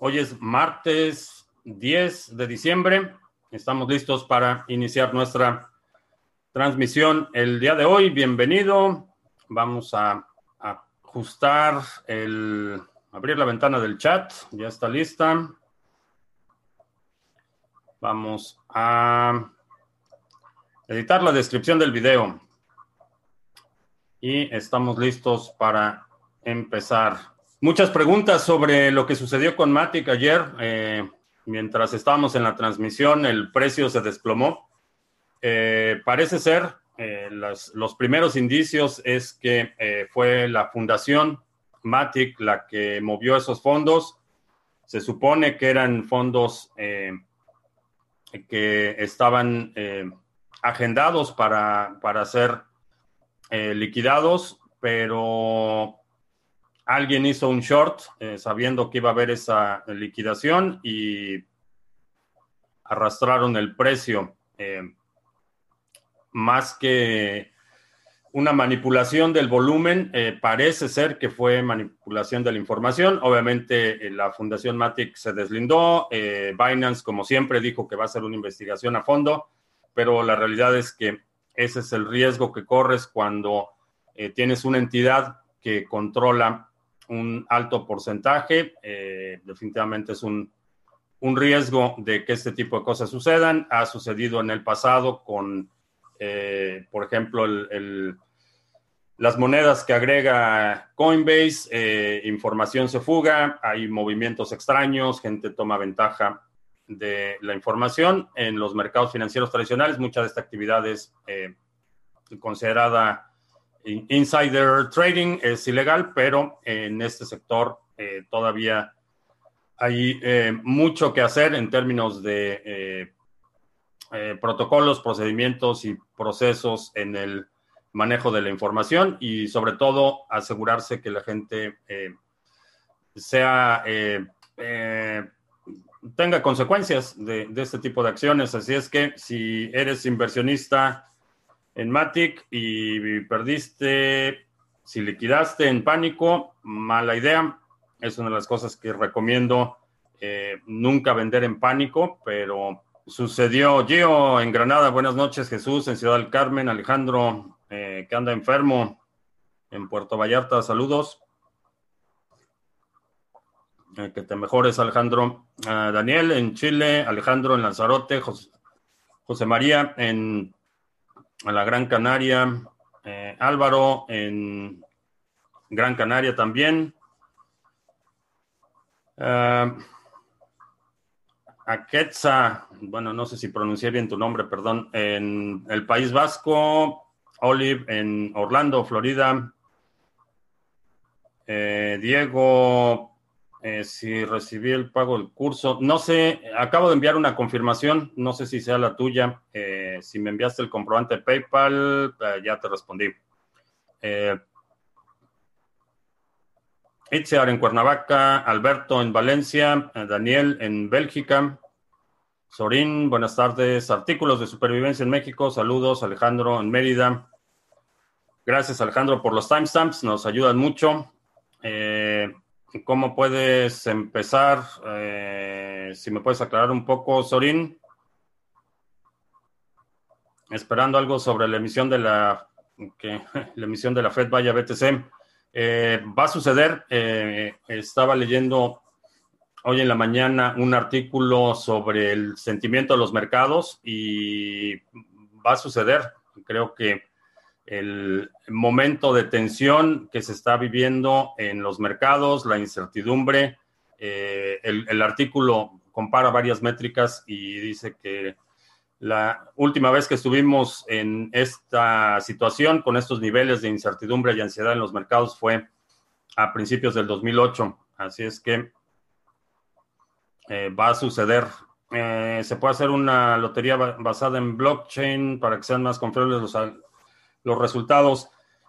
Hoy es martes 10 de diciembre. Estamos listos para iniciar nuestra transmisión el día de hoy. Bienvenido. Vamos a ajustar abrir la ventana del chat. Ya está lista. Vamos a editar la descripción del video. Y estamos listos para empezar. Muchas preguntas sobre lo que sucedió con Matic ayer. Mientras estábamos en la transmisión, el precio se desplomó. Parece ser, los primeros indicios es que fue la fundación Matic la que movió esos fondos. Se supone que eran fondos que estaban agendados para ser liquidados, pero alguien hizo un short sabiendo que iba a haber esa liquidación y arrastraron el precio. Más que una manipulación del volumen, parece ser que fue manipulación de la información. Obviamente, la Fundación Matic se deslindó. Binance, como siempre, dijo que va a hacer una investigación a fondo, pero la realidad es que ese es el riesgo que corres cuando tienes una entidad que controla un alto porcentaje. Definitivamente es un riesgo de que este tipo de cosas sucedan. Ha sucedido en el pasado con, por ejemplo, las monedas que agrega Coinbase. Información se fuga, hay movimientos extraños, gente toma ventaja de la información. En los mercados financieros tradicionales, mucha de esta actividad es considerada insider trading, es ilegal, pero en este sector todavía hay mucho que hacer en términos de protocolos, procedimientos y procesos en el manejo de la información y sobre todo asegurarse que la gente tenga consecuencias de este tipo de acciones. Así es que si eres inversionista en Matic y perdiste, si liquidaste en pánico, mala idea. Es una de las cosas que recomiendo, nunca vender en pánico, pero sucedió. Gio en Granada, buenas noches. Jesús en Ciudad del Carmen, Alejandro que anda enfermo en Puerto Vallarta, saludos. Que te mejores, Alejandro. Daniel en Chile, Alejandro en Lanzarote, José María en la Gran Canaria, Álvaro en Gran Canaria también. Aquetza, bueno, no sé si pronuncié bien tu nombre, perdón, en el País Vasco, Olive en Orlando, Florida. Diego, si recibí el pago del curso, no sé, acabo de enviar una confirmación, no sé si sea la tuya. Si me enviaste el comprobante de PayPal, ya te respondí. Itziar en Cuernavaca, Alberto en Valencia, Daniel en Bélgica, Sorín, buenas tardes. Artículos de supervivencia en México, saludos. Alejandro en Mérida. Gracias, Alejandro, por los timestamps, nos ayudan mucho. ¿Cómo puedes empezar? Si me puedes aclarar un poco, Sorín. Esperando algo sobre la emisión de la emisión de la Fed vaya BTC. Va a suceder. Estaba leyendo hoy en la mañana un artículo sobre el sentimiento de los mercados y va a suceder. Creo que el momento de tensión que se está viviendo en los mercados, la incertidumbre, el artículo compara varias métricas y dice que la última vez que estuvimos en esta situación, con estos niveles de incertidumbre y ansiedad en los mercados, fue a principios del 2008. Así es que va a suceder. Se puede hacer una lotería basada en blockchain para que sean más confiables los resultados.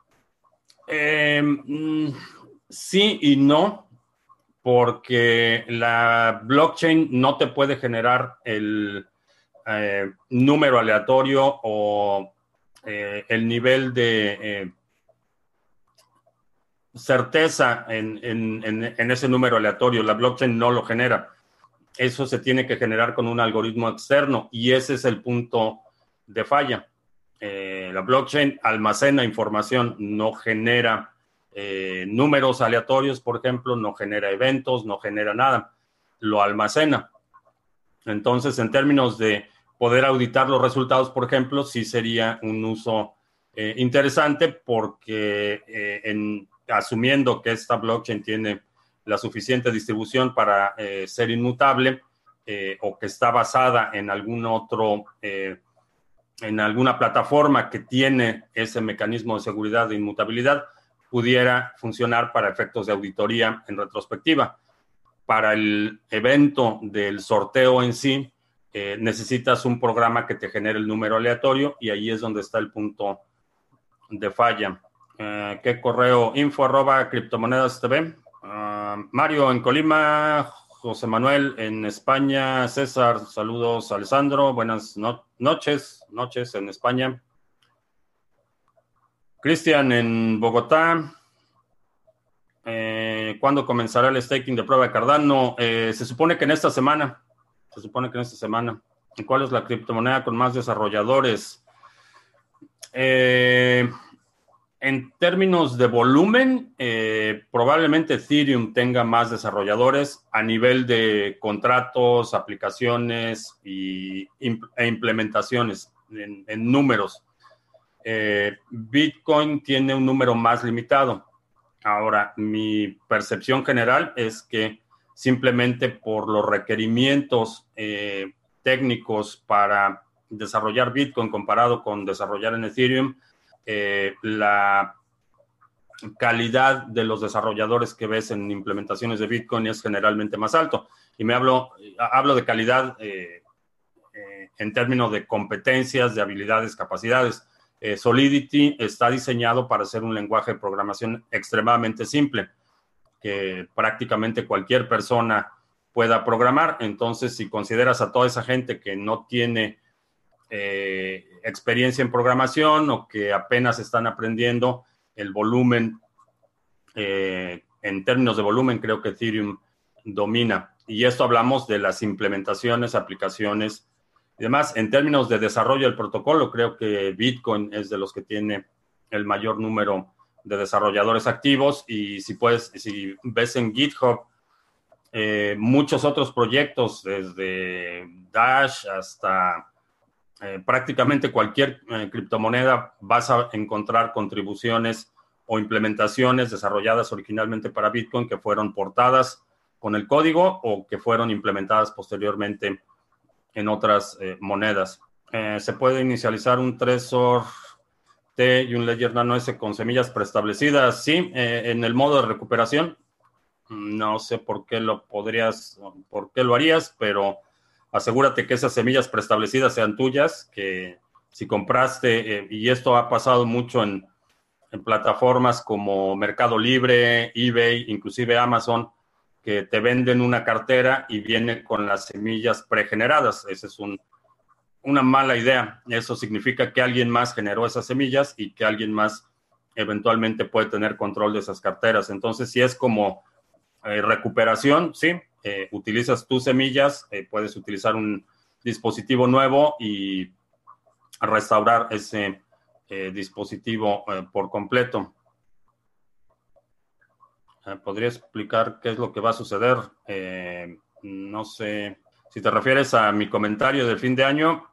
Sí y no, porque la blockchain no te puede generar el número aleatorio o el nivel certeza en ese número aleatorio. La blockchain no lo genera. Eso se tiene que generar con un algoritmo externo y ese es el punto de falla. La blockchain almacena información, no genera números aleatorios, por ejemplo, no genera eventos, no genera nada, lo almacena. Entonces, en términos de poder auditar los resultados, por ejemplo, sí sería un uso interesante porque asumiendo que esta blockchain tiene la suficiente distribución para ser inmutable o que está basada en algún otro, en alguna plataforma que tiene ese mecanismo de seguridad de inmutabilidad, pudiera funcionar para efectos de auditoría en retrospectiva. Para el evento del sorteo en sí, necesitas un programa que te genere el número aleatorio y ahí es donde está el punto de falla. ¿Qué correo? info@criptomonedas TV. Mario en Colima, José Manuel en España, César, saludos Alessandro, buenas noches en España. Cristian en Bogotá. ¿Cuándo comenzará el staking de prueba de Cardano? Se supone que en esta semana. ¿Y cuál es la criptomoneda con más desarrolladores? En términos de volumen, probablemente Ethereum tenga más desarrolladores a nivel de contratos, aplicaciones e implementaciones en números. Bitcoin tiene un número más limitado. Ahora, mi percepción general es que simplemente por los requerimientos técnicos para desarrollar Bitcoin comparado con desarrollar en Ethereum, la calidad de los desarrolladores que ves en implementaciones de Bitcoin es generalmente más alto. Y hablo de calidad en términos de competencias, de habilidades, capacidades. Solidity está diseñado para ser un lenguaje de programación extremadamente simple, que prácticamente cualquier persona pueda programar. Entonces, si consideras a toda esa gente que no tiene experiencia en programación o que apenas están aprendiendo, el volumen, en términos de volumen, creo que Ethereum domina. Y esto hablamos de las implementaciones, aplicaciones y demás. En términos de desarrollo del protocolo, creo que Bitcoin es de los que tiene el mayor número de desarrolladores activos. Y si ves en GitHub, muchos otros proyectos, desde Dash hasta prácticamente cualquier criptomoneda, vas a encontrar contribuciones o implementaciones desarrolladas originalmente para Bitcoin que fueron portadas con el código o que fueron implementadas posteriormente en otras monedas. Se puede inicializar un Trezor T y un Ledger Nano S con semillas preestablecidas. Sí, en el modo de recuperación. No sé por qué lo harías, pero asegúrate que esas semillas preestablecidas sean tuyas, que si compraste, y esto ha pasado mucho en plataformas como Mercado Libre, eBay, inclusive Amazon, que te venden una cartera y viene con las semillas pregeneradas. Esa es una mala idea. Eso significa que alguien más generó esas semillas y que alguien más eventualmente puede tener control de esas carteras. Entonces, si es como recuperación, sí, utilizas tus semillas, puedes utilizar un dispositivo nuevo y restaurar ese dispositivo por completo. ¿Podría explicar qué es lo que va a suceder? No sé. Si te refieres a mi comentario del fin de año,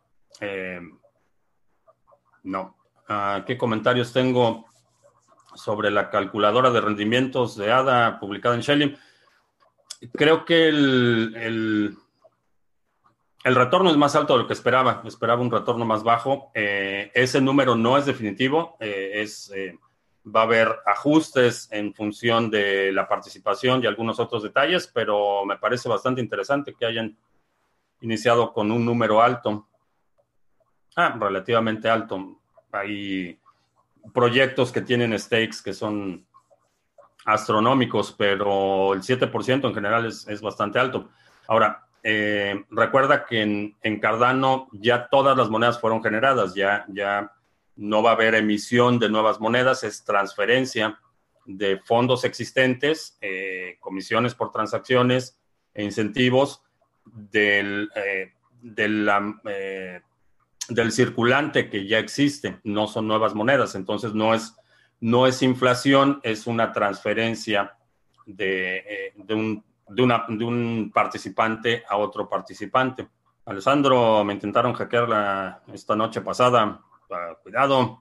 no. ¿Qué comentarios tengo sobre la calculadora de rendimientos de ADA publicada en Shelly? Creo que el retorno es más alto de lo que esperaba. Esperaba un retorno más bajo. Ese número no es definitivo. Va a haber ajustes en función de la participación y algunos otros detalles, pero me parece bastante interesante que hayan iniciado con un número alto. Relativamente alto. Hay proyectos que tienen stakes que son astronómicos, pero el 7% en general es bastante alto. Ahora, recuerda que en Cardano ya todas las monedas fueron generadas, ya no va a haber emisión de nuevas monedas, es transferencia de fondos existentes, comisiones por transacciones e incentivos del circulante que ya existe, no son nuevas monedas, entonces no es inflación, es una transferencia de un participante a otro participante. Alessandro, me intentaron hackear esta noche pasada. Cuidado.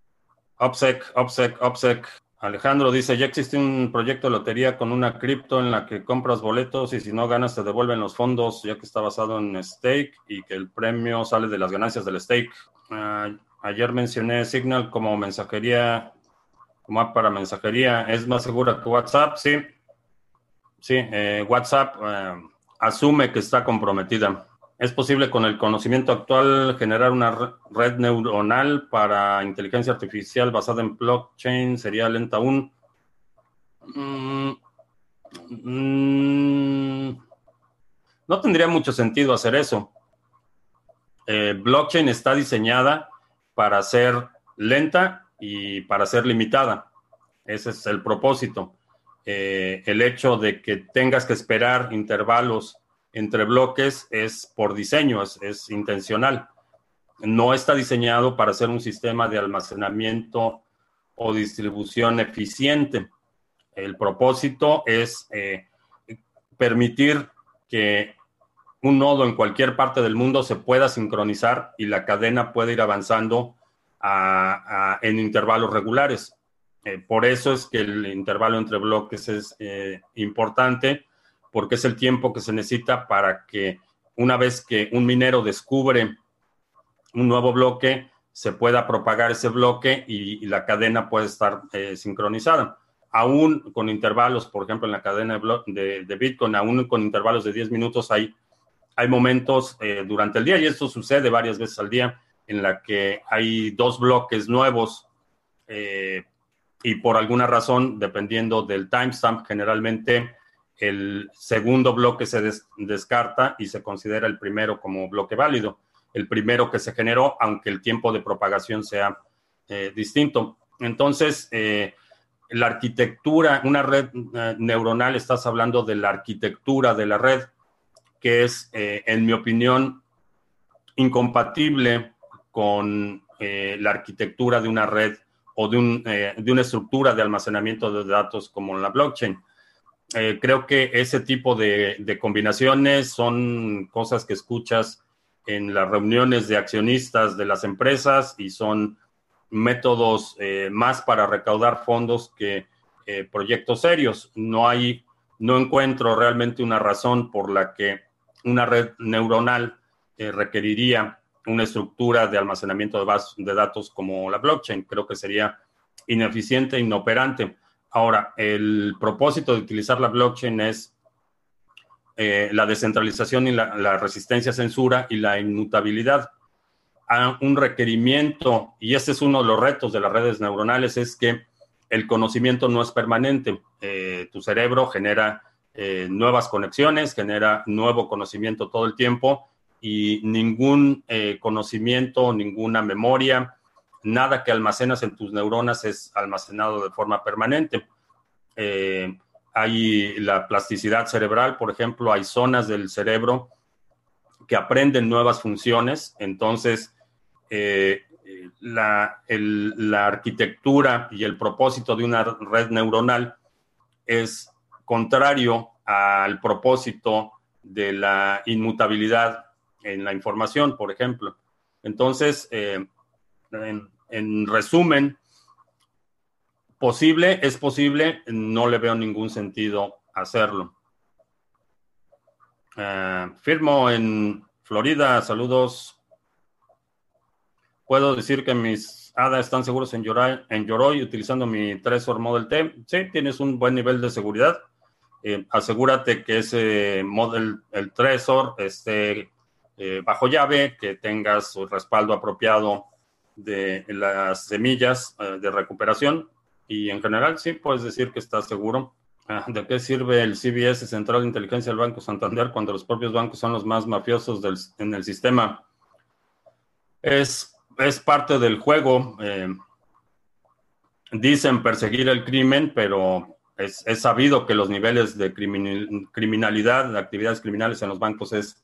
OPSEC. Alejandro dice, ya existe un proyecto de lotería con una cripto en la que compras boletos y si no ganas te devuelven los fondos, ya que está basado en stake y que el premio sale de las ganancias del stake. Ayer mencioné Signal como mensajería, como app para mensajería. ¿Es más segura que WhatsApp? Sí. Sí, WhatsApp asume que está comprometida. ¿Es posible con el conocimiento actual generar una red neuronal para inteligencia artificial basada en blockchain? ¿Sería lenta aún? No tendría mucho sentido hacer eso. Blockchain está diseñada para ser lenta y para ser limitada. Ese es el propósito. El hecho de que tengas que esperar intervalos entre bloques es por diseño, es intencional. No está diseñado para ser un sistema de almacenamiento o distribución eficiente. El propósito es permitir que un nodo en cualquier parte del mundo se pueda sincronizar y la cadena pueda ir avanzando en intervalos regulares. Por eso es que el intervalo entre bloques es importante, porque es el tiempo que se necesita para que una vez que un minero descubre un nuevo bloque, se pueda propagar ese bloque y la cadena puede estar sincronizada. Aún con intervalos, por ejemplo, en la cadena de Bitcoin, aún con intervalos de 10 minutos, hay momentos durante el día, y esto sucede varias veces al día, en la que hay dos bloques nuevos y por alguna razón, dependiendo del timestamp, generalmente el segundo bloque se descarta y se considera el primero como bloque válido. El primero que se generó, aunque el tiempo de propagación sea distinto. Entonces, la arquitectura, una red neuronal, estás hablando de la arquitectura de la red, que es, en mi opinión, incompatible con la arquitectura de una red o de una estructura de almacenamiento de datos como la blockchain. Creo que ese tipo de combinaciones son cosas que escuchas en las reuniones de accionistas de las empresas y son métodos más para recaudar fondos que proyectos serios. No encuentro realmente una razón por la que una red neuronal requeriría una estructura de almacenamiento de datos como la blockchain. Creo que sería ineficiente e inoperante. Ahora, el propósito de utilizar la blockchain es la descentralización y la resistencia a censura y la inmutabilidad. Un requerimiento, y este es uno de los retos de las redes neuronales, es que el conocimiento no es permanente. Tu cerebro genera nuevas conexiones, genera nuevo conocimiento todo el tiempo y ningún conocimiento, ninguna memoria, nada que almacenas en tus neuronas es almacenado de forma permanente. Hay la plasticidad cerebral, por ejemplo, hay zonas del cerebro que aprenden nuevas funciones, entonces la arquitectura y el propósito de una red neuronal es contrario al propósito de la inmutabilidad en la información, por ejemplo. Entonces, en resumen, es posible, no le veo ningún sentido hacerlo. Firmo en Florida, saludos. ¿Puedo decir que mis ADA están seguros en Yoroi utilizando mi Trezor Model T? Sí, tienes un buen nivel de seguridad. Asegúrate que ese el Trezor esté bajo llave, que tengas su respaldo apropiado de las semillas de recuperación. Y en general, sí, puedes decir que estás seguro. ¿De qué sirve el CBS, Central de Inteligencia del Banco Santander, cuando los propios bancos son los más mafiosos en el sistema? Es parte del juego. dicen perseguir el crimen, pero es sabido que los niveles de criminalidad, de actividades criminales en los bancos es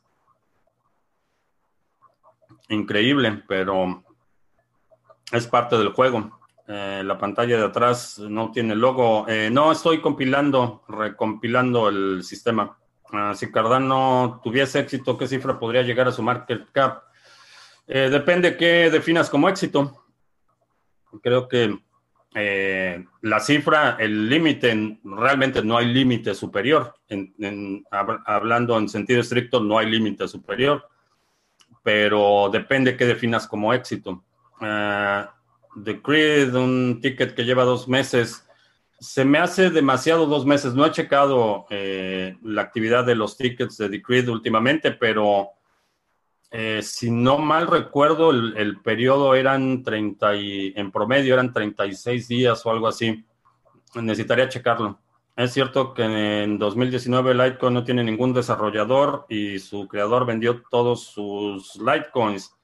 increíble, pero es parte del juego. La pantalla de atrás no tiene logo. No, estoy recompilando el sistema. Si Cardano tuviese éxito, ¿qué cifra podría llegar a su market cap? Depende qué definas como éxito. Creo que la cifra, el límite, realmente no hay límite superior. Hablando en sentido estricto, no hay límite superior, pero depende qué definas como éxito. The Creed, un ticket que lleva 2 meses. Se me hace demasiado 2 meses. No he checado la actividad de los tickets de The Creed últimamente, pero si no mal recuerdo, el periodo eran en promedio eran 36 días o algo así. Necesitaría checarlo. Es cierto que en 2019 Litecoin no tiene ningún desarrollador y su creador vendió todos sus Litecoins.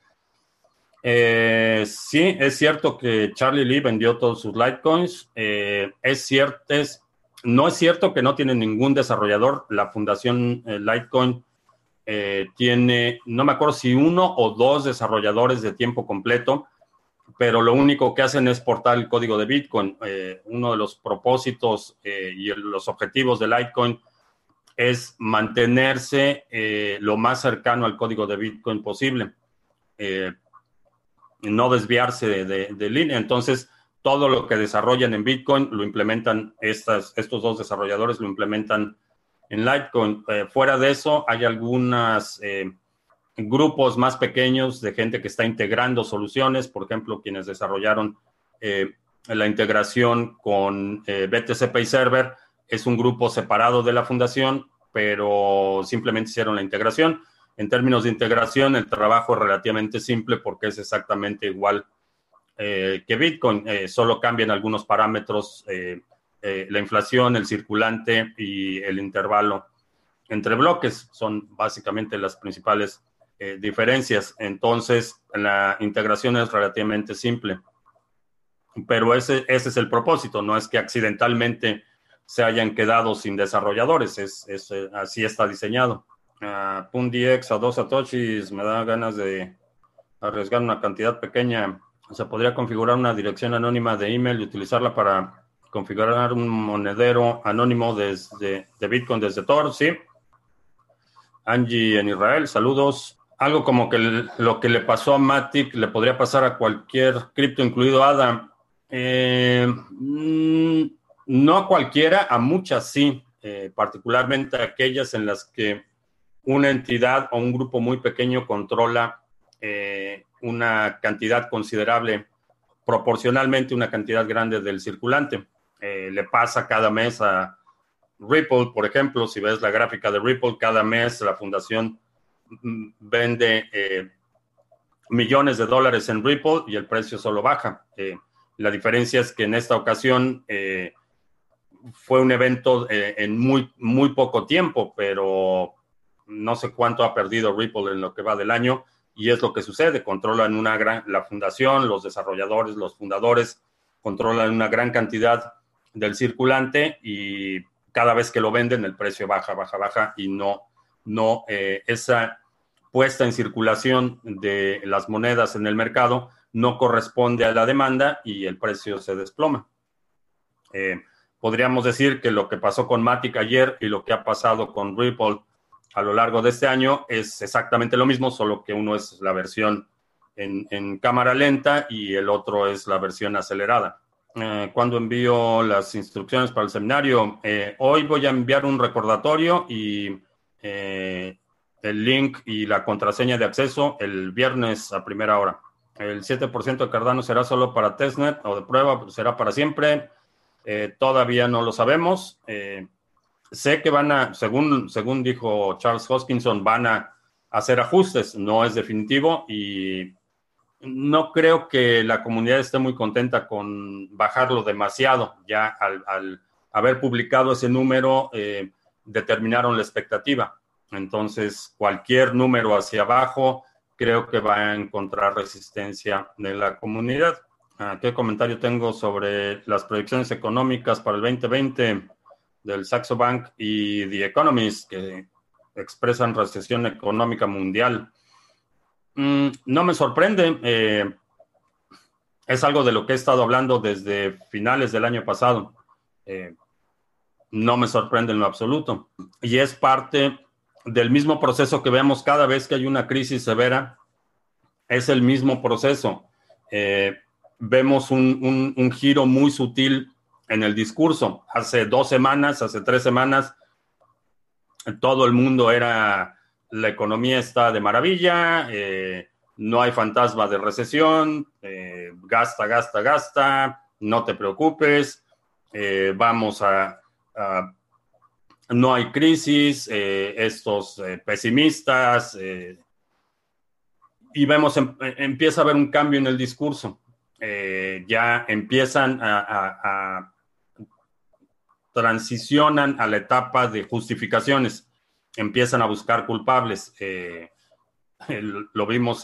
Sí, es cierto que Charlie Lee vendió todos sus Litecoins. No es cierto que no tiene ningún desarrollador. La fundación Litecoin tiene, no me acuerdo si uno o dos desarrolladores de tiempo completo, pero lo único que hacen es portar el código de Bitcoin. Uno de los propósitos y los objetivos de Litecoin es mantenerse lo más cercano al código de Bitcoin posible. No desviarse de línea. Entonces, todo lo que desarrollan en Bitcoin lo implementan, estos dos desarrolladores lo implementan en Litecoin. Fuera de eso, hay algunos grupos más pequeños de gente que está integrando soluciones, por ejemplo, quienes desarrollaron la integración con BTC Pay Server, es un grupo separado de la fundación, pero simplemente hicieron la integración. En términos de integración, el trabajo es relativamente simple porque es exactamente igual que Bitcoin, solo cambian algunos parámetros, la inflación, el circulante y el intervalo entre bloques, son básicamente las principales diferencias. Entonces, la integración es relativamente simple, pero ese es el propósito, no es que accidentalmente se hayan quedado sin desarrolladores, así está diseñado. PundDX a 2 satoshis, me da ganas de arriesgar una cantidad pequeña. Se podría configurar una dirección anónima de email y utilizarla para configurar un monedero anónimo de Bitcoin desde Tor, sí. Angie en Israel, saludos. Algo como que lo que le pasó a Matic le podría pasar a cualquier cripto, incluido ADA. No a cualquiera, a muchas sí, particularmente aquellas en las que una entidad o un grupo muy pequeño controla una cantidad considerable, proporcionalmente una cantidad grande del circulante. Le pasa cada mes a Ripple, por ejemplo, si ves la gráfica de Ripple, cada mes la fundación vende millones de dólares en Ripple y el precio solo baja. La diferencia es que en esta ocasión fue un evento en muy, muy poco tiempo, pero no sé cuánto ha perdido Ripple en lo que va del año y es lo que sucede. Controlan la fundación, los desarrolladores, los fundadores, controlan una gran cantidad del circulante y cada vez que lo venden el precio baja, baja, baja y no esa puesta en circulación de las monedas en el mercado no corresponde a la demanda y el precio se desploma. Podríamos decir que lo que pasó con Matic ayer y lo que ha pasado con Ripple a lo largo de este año es exactamente lo mismo, solo que uno es la versión en cámara lenta y el otro es la versión acelerada. ¿Cuándo envío las instrucciones para el seminario? Hoy voy a enviar un recordatorio y el link y la contraseña de acceso el viernes a primera hora. El 7% de Cardano será solo para testnet o de prueba, será para siempre. Todavía no lo sabemos. Sé que según dijo Charles Hoskinson, van a hacer ajustes. No es definitivo y no creo que la comunidad esté muy contenta con bajarlo demasiado. Ya al haber publicado ese número, determinaron la expectativa. Entonces, cualquier número hacia abajo creo que va a encontrar resistencia de la comunidad. ¿Qué comentario tengo sobre las proyecciones económicas para el 2020 del Saxo Bank y The Economist, que expresan recesión económica mundial? No me sorprende. Es algo de lo que he estado hablando desde finales del año pasado. Eh, no me sorprende en lo absoluto. Y es parte del mismo proceso que vemos cada vez que hay una crisis severa. Es el mismo proceso. Eh, vemos un giro muy sutil en el discurso. Hace 2 semanas, hace 3 semanas, todo el mundo era, la economía está de maravilla, no hay fantasma de recesión, gasta, gasta, gasta, no te preocupes, vamos no hay crisis, estos pesimistas, y vemos, empieza a haber un cambio en el discurso. Ya empiezan transicionan a la etapa de justificaciones, empiezan a buscar culpables. Lo vimos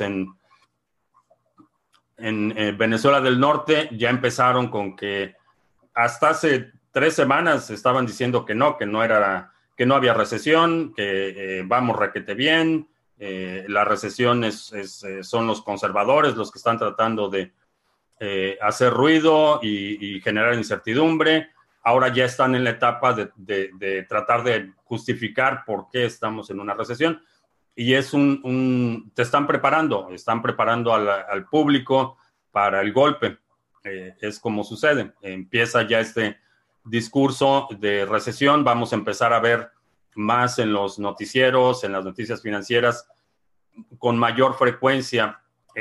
en Venezuela del Norte, ya empezaron con que hasta hace 3 semanas estaban diciendo que no había recesión, que vamos requete bien, la recesión son los conservadores los que están tratando de hacer ruido y generar incertidumbre. Ahora ya están en la etapa de tratar de justificar por qué estamos en una recesión. Y te están preparando al público para el golpe. Es como sucede. Empieza ya este discurso de recesión. Vamos a empezar a ver más en los noticieros, en las noticias financieras, con mayor frecuencia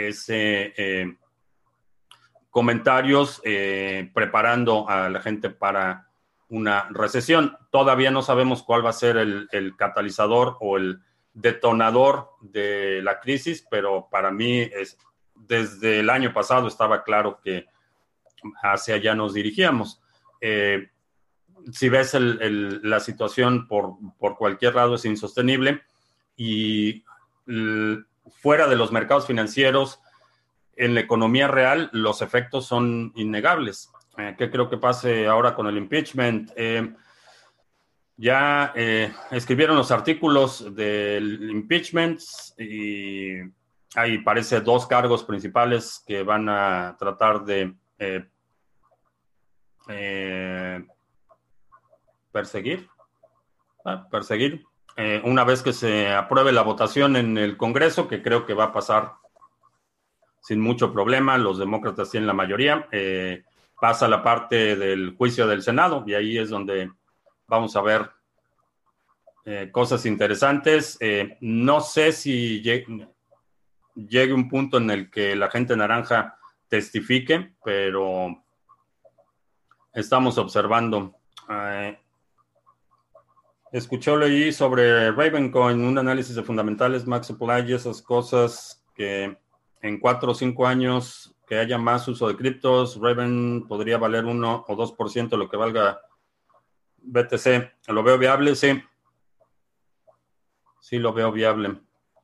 comentarios preparando a la gente para una recesión. Todavía no sabemos cuál va a ser el catalizador o el detonador de la crisis, pero para mí desde el año pasado estaba claro que hacia allá nos dirigíamos. Si ves la situación por cualquier lado es insostenible y fuera de los mercados financieros, en la economía real, los efectos son innegables. ¿Qué creo que pase ahora con el impeachment? Ya escribieron los artículos del impeachment y ahí parece 2 cargos principales que van a tratar de perseguir. Perseguir. Una vez que se apruebe la votación en el Congreso, que creo que va a pasar sin mucho problema, los demócratas tienen la mayoría, pasa la parte del juicio del Senado y ahí es donde vamos a ver cosas interesantes. No sé si llegue un punto en el que la gente naranja testifique, pero estamos observando. Escuché o leí sobre Ravencoin, un análisis de fundamentales, Max Supply y esas cosas que en 4 o 5 años que haya más uso de criptos, Raven podría valer 1 o 2% de lo que valga BTC. ¿Lo veo viable? Sí. Sí, lo veo viable.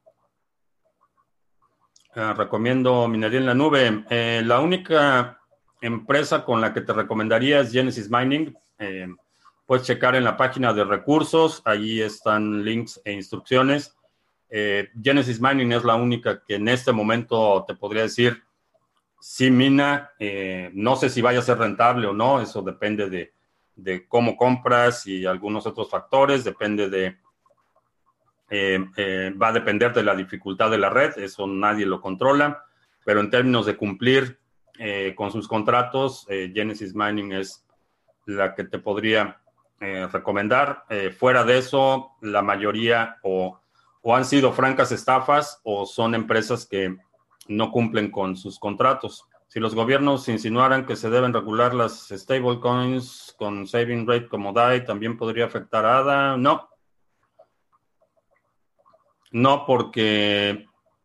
Recomiendo minería en la nube. La única empresa con la que te recomendaría es Genesis Mining. Puedes checar en la página de recursos, allí están links e instrucciones. Genesis Mining es la única que en este momento te podría decir si mina. No sé si vaya a ser rentable o no, eso depende de cómo compras y algunos otros factores, va a depender de la dificultad de la red, eso nadie lo controla, pero en términos de cumplir con sus contratos, Genesis Mining es la que te podría recomendar. Fuera de eso, la mayoría o han sido francas estafas o son empresas que no cumplen con sus contratos. Si los gobiernos insinuaran que se deben regular las stablecoins con saving rate como DAI, ¿también podría afectar a ADA? No. No, porque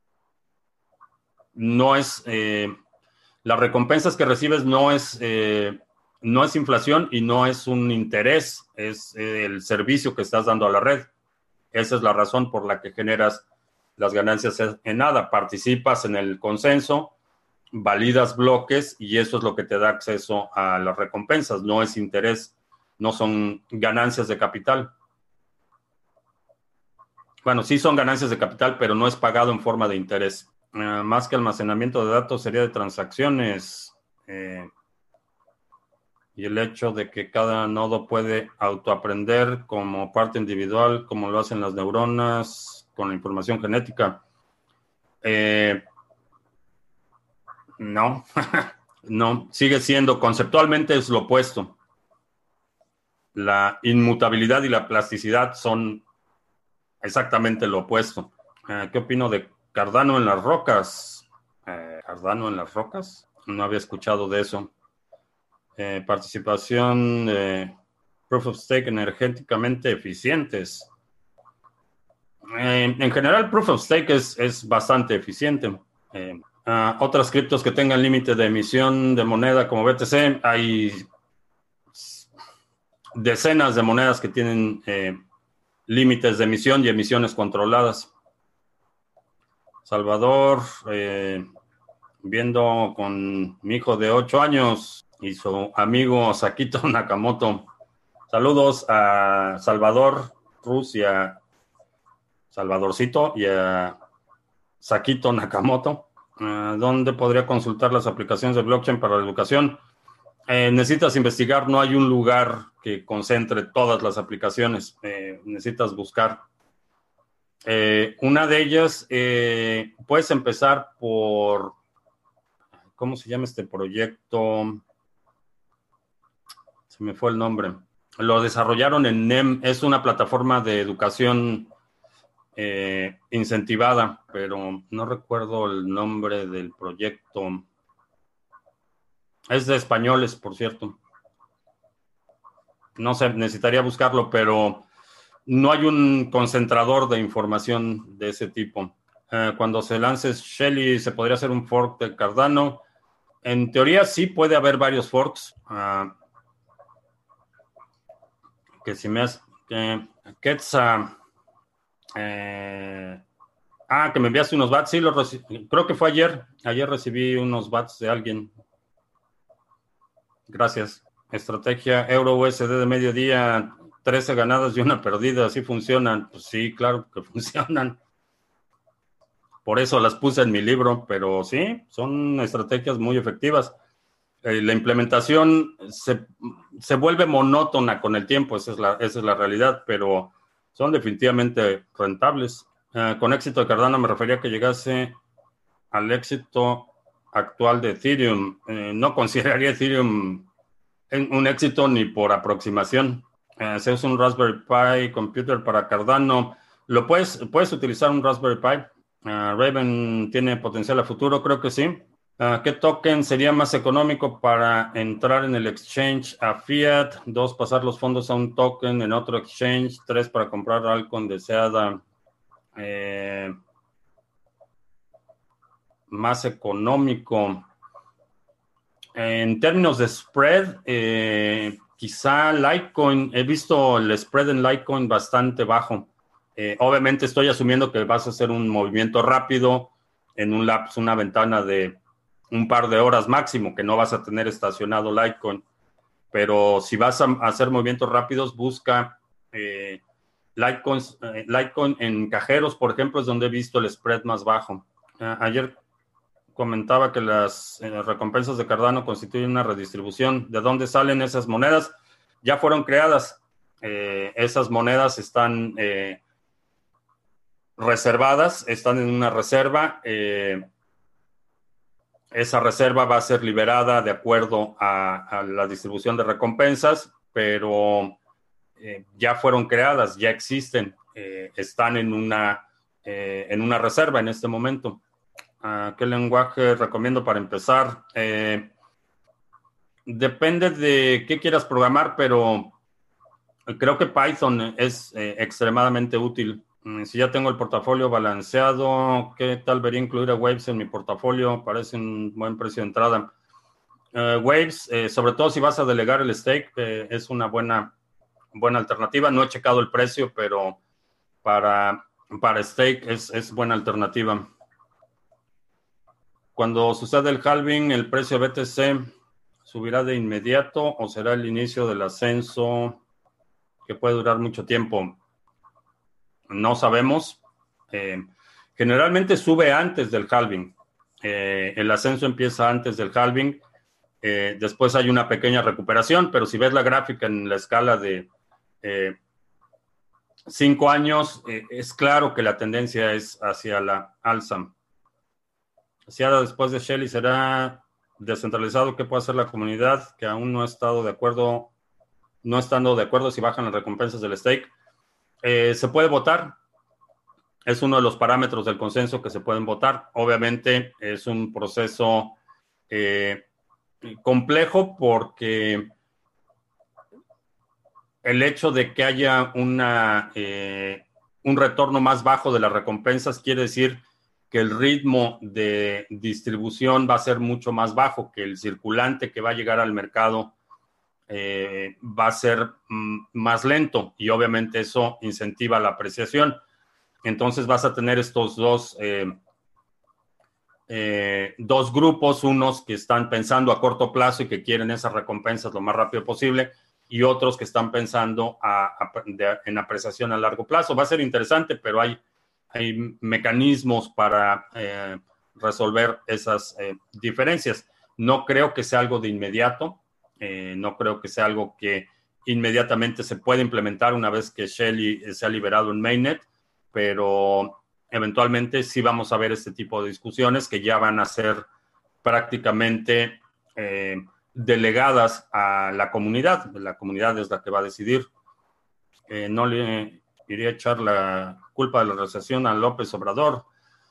no es... las recompensas que recibes no es inflación y no es un interés, es el servicio que estás dando a la red. Esa es la razón por la que generas las ganancias en nada. Participas en el consenso, validas bloques y eso es lo que te da acceso a las recompensas. No es interés, no son ganancias de capital. Bueno, sí son ganancias de capital, pero no es pagado en forma de interés. Más que almacenamiento de datos sería de transacciones. Y el hecho de que cada nodo puede autoaprender como parte individual, como lo hacen las neuronas con la información genética. No, no, sigue siendo, conceptualmente es lo opuesto. La inmutabilidad y la plasticidad son exactamente lo opuesto. ¿Qué opino de Cardano en las rocas? ¿Cardano en las rocas? No había escuchado de eso. Participación de Proof of Stake energéticamente eficientes. En general, Proof of Stake es bastante eficiente. Otras criptos que tengan límite de emisión de moneda como BTC, hay decenas de monedas que tienen límites de emisión y emisiones controladas. Salvador, viendo con mi hijo de 8 años y su amigo Sakito Nakamoto. Saludos a Salvador, Rusia, Salvadorcito y a Sakito Nakamoto. ¿Dónde podría consultar las aplicaciones de blockchain para la educación? Necesitas investigar, no hay un lugar que concentre todas las aplicaciones. Necesitas buscar. Una de ellas, puedes empezar por, ¿cómo se llama este proyecto? Se me fue el nombre. Lo desarrollaron en NEM, es una plataforma de educación incentivada, pero no recuerdo el nombre del proyecto. Es de españoles, por cierto. No sé, necesitaría buscarlo, pero no hay un concentrador de información de ese tipo. Cuando se lance Shelly, ¿se podría hacer un fork de Cardano? En teoría sí puede haber varios forks. Que si me hace... Quetzal... que me enviaste unos bats. Sí, creo que fue ayer. Ayer recibí unos bats de alguien. Gracias. Estrategia Euro USD de mediodía. 13 ganadas y una perdida. ¿Así funcionan? Pues sí, claro que funcionan. Por eso las puse en mi libro, pero sí, son estrategias muy efectivas. La implementación se vuelve monótona con el tiempo, esa es la realidad, pero son definitivamente rentables. Con éxito de Cardano me refería a que llegase al éxito actual de Ethereum. No consideraría Ethereum un éxito ni por aproximación. Se usa un Raspberry Pi Computer para Cardano. Puedes utilizar un Raspberry Pi. Raven tiene potencial a futuro, creo que sí. ¿Qué token sería más económico para entrar en el exchange a fiat? 2, pasar los fondos a un token en otro exchange. 3, para comprar altcoin deseada. Más económico. En términos de spread, quizá Litecoin, he visto el spread en Litecoin bastante bajo. Obviamente estoy asumiendo que vas a hacer un movimiento rápido en un lapso, una ventana de un par de horas máximo, que no vas a tener estacionado Litecoin. Pero si vas a hacer movimientos rápidos, busca Litecoin en cajeros, por ejemplo, es donde he visto el spread más bajo. Ayer comentaba que las recompensas de Cardano constituyen una redistribución. ¿De dónde salen esas monedas? Ya fueron creadas. Esas monedas están reservadas, están en una reserva. Esa reserva va a ser liberada de acuerdo a la distribución de recompensas, pero ya fueron creadas, ya existen, están en una reserva en este momento. ¿Qué lenguaje recomiendo para empezar? Depende de qué quieras programar, pero creo que Python es extremadamente útil. Si ya tengo el portafolio balanceado, ¿qué tal vería incluir a Waves en mi portafolio? Parece un buen precio de entrada. Waves, sobre todo si vas a delegar el stake, es una buena alternativa. No he checado el precio, pero para stake es buena alternativa. Cuando sucede el halving, ¿el precio BTC subirá de inmediato o será el inicio del ascenso que puede durar mucho tiempo? No sabemos. Eh, Generalmente sube antes del halving. El ascenso empieza antes del halving. Después hay una pequeña recuperación, pero si ves la gráfica en la escala de 5 años, es claro que la tendencia es hacia la alza. Si ahora después de Shelley será descentralizado, ¿qué puede hacer la comunidad que aún no ha estado de acuerdo, no estando de acuerdo si bajan las recompensas del stake? Se puede votar. Es uno de los parámetros del consenso que se pueden votar. Obviamente es un proceso eh, complejo porque el hecho de que haya un retorno más bajo de las recompensas quiere decir que el ritmo de distribución va a ser mucho más bajo, que el circulante que va a llegar al mercado va a ser más lento y obviamente eso incentiva la apreciación. Entonces vas a tener estos dos grupos, unos que están pensando a corto plazo y que quieren esas recompensas lo más rápido posible, y otros que están pensando en apreciación a largo plazo. Va a ser interesante, pero hay mecanismos para resolver esas diferencias. No creo que sea algo de inmediato, no creo que sea algo que inmediatamente se pueda implementar una vez que Shelley se ha liberado en Mainnet, pero eventualmente sí vamos a ver este tipo de discusiones que ya van a ser prácticamente delegadas a la comunidad. La comunidad es la que va a decidir. No le iría a echar la culpa de la recesión a López Obrador.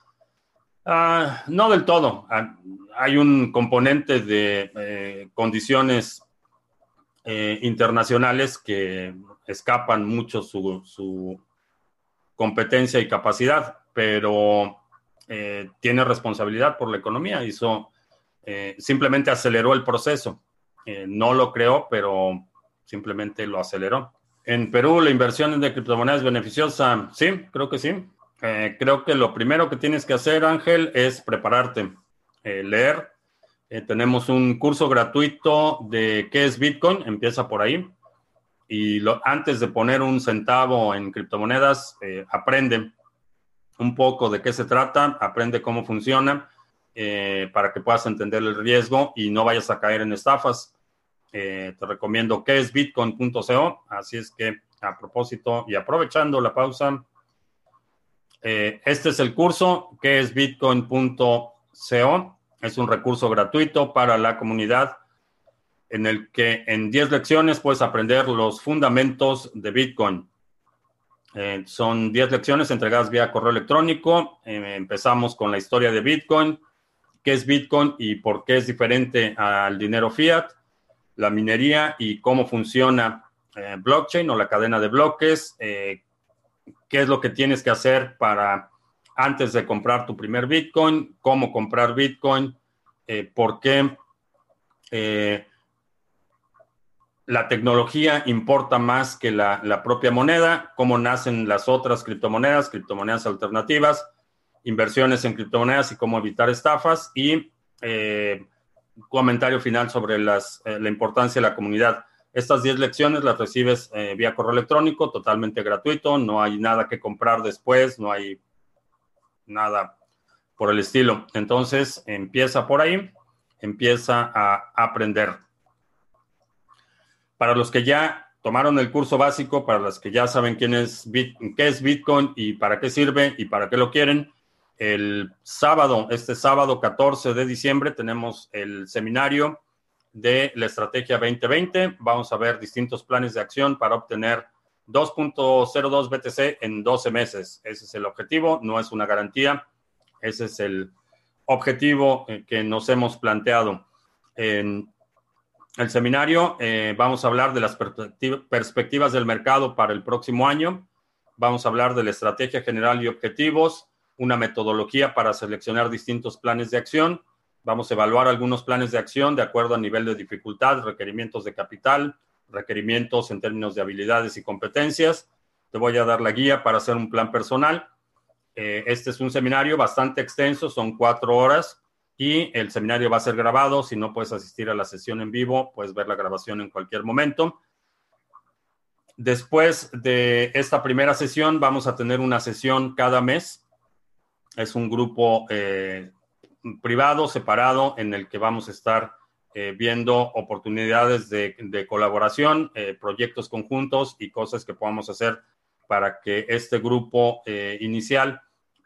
No del todo. Hay un componente de condiciones internacionales que escapan mucho su competencia y capacidad, pero tiene responsabilidad por la economía. Simplemente aceleró el proceso. No lo creó, pero simplemente lo aceleró. En Perú, la inversión de criptomonedas es beneficiosa. Sí, creo que sí. Creo que lo primero que tienes que hacer, Ángel, es prepararte, leer. Tenemos un curso gratuito de qué es Bitcoin, empieza por ahí. Y antes de poner un centavo en criptomonedas, aprende un poco de qué se trata, aprende cómo funciona, para que puedas entender el riesgo y no vayas a caer en estafas. Te recomiendo que es bitcoin.co. Así es que a propósito y aprovechando la pausa, este es el curso que es bitcoin.co. Es un recurso gratuito para la comunidad en el que en 10 lecciones puedes aprender los fundamentos de Bitcoin. Son 10 lecciones entregadas vía correo electrónico. Empezamos con la historia de Bitcoin, qué es Bitcoin y por qué es diferente al dinero fiat, la minería y cómo funciona blockchain o la cadena de bloques, qué es lo que tienes que hacer para antes de comprar tu primer Bitcoin, cómo comprar Bitcoin, por qué la tecnología importa más que la propia moneda, cómo nacen las otras criptomonedas alternativas, inversiones en criptomonedas y cómo evitar estafas y comentario final sobre la importancia de la comunidad. Estas 10 lecciones las recibes vía correo electrónico, totalmente gratuito, no hay nada que comprar después, no hay nada por el estilo. Entonces, empieza por ahí, empieza a aprender. Para los que ya tomaron el curso básico, para los que ya saben qué es Bitcoin y para qué sirve y para qué lo quieren, este sábado 14 de diciembre, tenemos el seminario de la Estrategia 2020. Vamos a ver distintos planes de acción para obtener 2.02 BTC en 12 meses. Ese es el objetivo, no es una garantía. Ese es el objetivo que nos hemos planteado. En el seminario vamos a hablar de las perspectivas del mercado para el próximo año. Vamos a hablar de la estrategia general y objetivos, una metodología para seleccionar distintos planes de acción. Vamos a evaluar algunos planes de acción de acuerdo al nivel de dificultad, requerimientos de capital, requerimientos en términos de habilidades y competencias. Te voy a dar la guía para hacer un plan personal. Este es un seminario bastante extenso, son 4 horas. y el seminario va a ser grabado. Si no puedes asistir a la sesión en vivo, puedes ver la grabación en cualquier momento. Después de esta primera sesión, vamos a tener una sesión cada mes. Es un grupo privado, separado, en el que vamos a estar viendo oportunidades de colaboración, proyectos conjuntos y cosas que podamos hacer para que este grupo inicial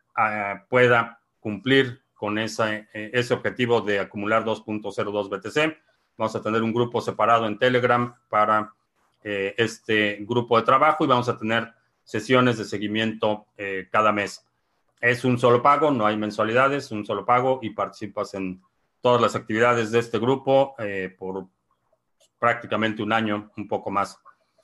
pueda cumplir con ese objetivo de acumular 2.02 BTC. Vamos a tener un grupo separado en Telegram para este grupo de trabajo y vamos a tener sesiones de seguimiento cada mes. Es un solo pago, no hay mensualidades, un solo pago y participas en todas las actividades de este grupo por prácticamente un año, un poco más.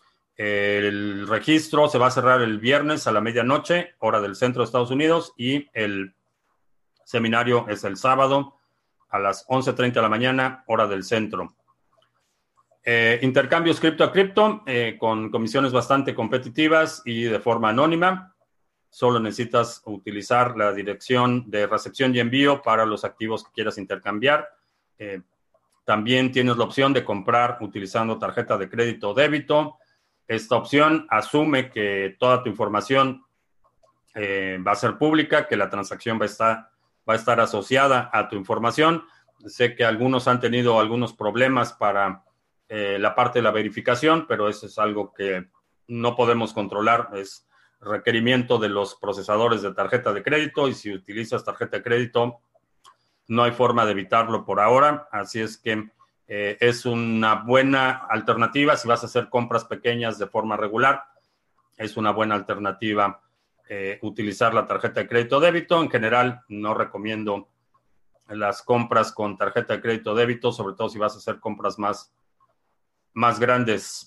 El registro se va a cerrar el viernes a la medianoche, hora del centro de Estados Unidos, y el seminario es el sábado a las 11:30 de la mañana, hora del centro. Intercambios cripto a cripto con comisiones bastante competitivas y de forma anónima. Solo necesitas utilizar la dirección de recepción y envío para los activos que quieras intercambiar. También tienes la opción de comprar utilizando tarjeta de crédito o débito. Esta opción asume que toda tu información va a ser pública, que la transacción va a estar asociada a tu información. Sé que algunos han tenido algunos problemas para la parte de la verificación, pero eso es algo que no podemos controlar. Es requerimiento de los procesadores de tarjeta de crédito y si utilizas tarjeta de crédito, no hay forma de evitarlo por ahora. Así es que es una buena alternativa si vas a hacer compras pequeñas de forma regular. Es una buena alternativa utilizar la tarjeta de crédito o débito. En general, no recomiendo las compras con tarjeta de crédito o débito, sobre todo si vas a hacer compras más grandes.